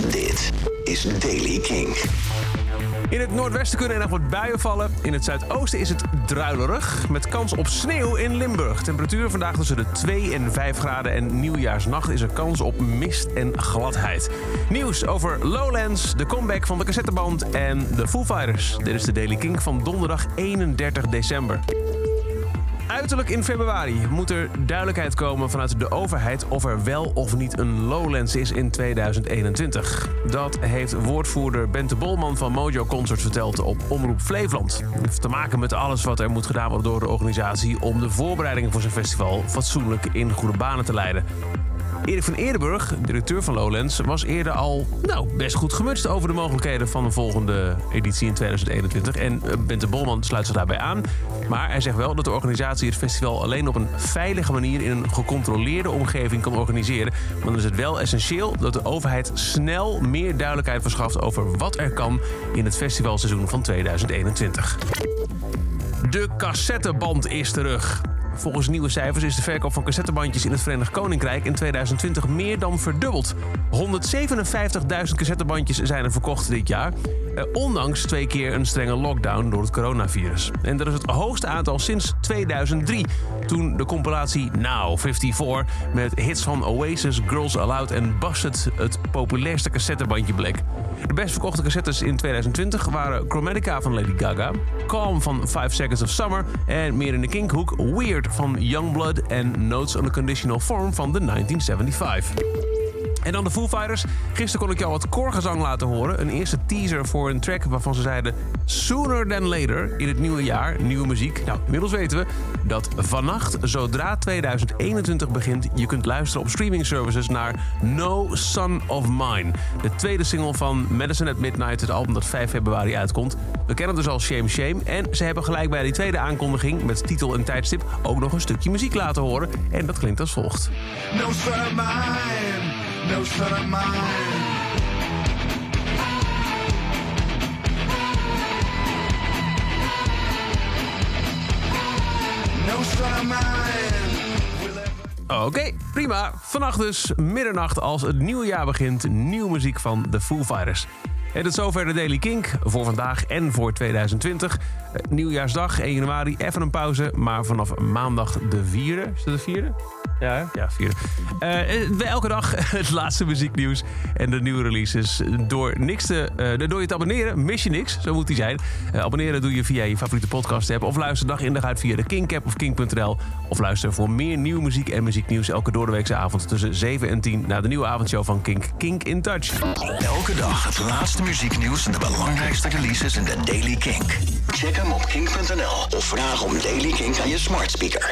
Dit is Daily Kink. In het noordwesten kunnen er nog wat buien vallen. In het zuidoosten is het druilerig, met kans op sneeuw in Limburg. Temperatuur vandaag tussen de 2 en 5 graden en nieuwjaarsnacht is er kans op mist en gladheid. Nieuws over Lowlands, de comeback van de cassetteband en de Foo Fighters. Dit is de Daily Kink van donderdag 31 december. Uiterlijk in februari moet er duidelijkheid komen vanuit de overheid of er wel of niet een Lowlands is in 2021. Dat heeft woordvoerder Bente Bolman van Mojo Concert verteld op Omroep Flevoland. Het heeft te maken met alles wat er moet gedaan worden door de organisatie om de voorbereidingen voor zijn festival fatsoenlijk in goede banen te leiden. Erik van Eerdenburg, directeur van Lowlands, was eerder al best goed gemutst over de mogelijkheden van een volgende editie in 2021. En Bente Bolman sluit zich daarbij aan. Maar hij zegt wel dat de organisatie het festival alleen op een veilige manier in een gecontroleerde omgeving kan organiseren. Maar dan is het wel essentieel dat de overheid snel meer duidelijkheid verschaft over wat er kan in het festivalseizoen van 2021. De cassetteband is terug. Volgens nieuwe cijfers is de verkoop van cassettebandjes in het Verenigd Koninkrijk in 2020 meer dan verdubbeld. 157.000 cassettebandjes zijn er verkocht dit jaar, ondanks 2 keer een strenge lockdown door het coronavirus. En dat is het hoogste aantal sinds 2003, toen de compilatie Now 54 met hits van Oasis, Girls Aloud en Busted het populairste cassettebandje bleek. De best verkochte cassettes in 2020 waren Chromatica van Lady Gaga, Calm van 5 Seconds of Summer en meer in de kinkhoek Weird van Youngblood en Notes on a Conditional Form van de 1975. En dan de Foo Fighters. Gisteren kon ik jou wat koorgezang laten horen. Een eerste teaser voor een track waarvan ze zeiden sooner than later in het nieuwe jaar, nieuwe muziek. Nou, inmiddels weten we dat vannacht, zodra 2021 begint, je kunt luisteren op streaming services naar No Son of Mine. De tweede single van Medicine at Midnight, het album dat 5 februari uitkomt. We kennen het dus al Shame Shame. En ze hebben gelijk bij die tweede aankondiging met titel en tijdstip ook nog een stukje muziek laten horen. En dat klinkt als volgt. No son of mine, no son of mine. No son of mine. Oké, prima. Vannacht dus, middernacht als het nieuwe jaar begint. Nieuwe muziek van de Foo Fighters. En tot zover de Daily Kink voor vandaag en voor 2020. Nieuwjaarsdag, 1 januari, even een pauze. Maar vanaf maandag de 4e. Is dat de 4e? Ja, 4e. Elke dag het laatste muzieknieuws en de nieuwe releases. Door je te abonneren mis je niks, zo moet die zijn. Abonneren doe je via je favoriete podcast app. Of luister dag in dag uit via de Kink app of kink.nl. Of luister voor meer nieuwe muziek en muzieknieuws elke doordeweekse avond tussen 7 en 10 naar de nieuwe avondshow van Kink, Kink in Touch. Elke dag het laatste muzieknieuws en de belangrijkste releases in de Daily Kink. Check hem op kink.nl of vraag om Daily Kink aan je smart speaker.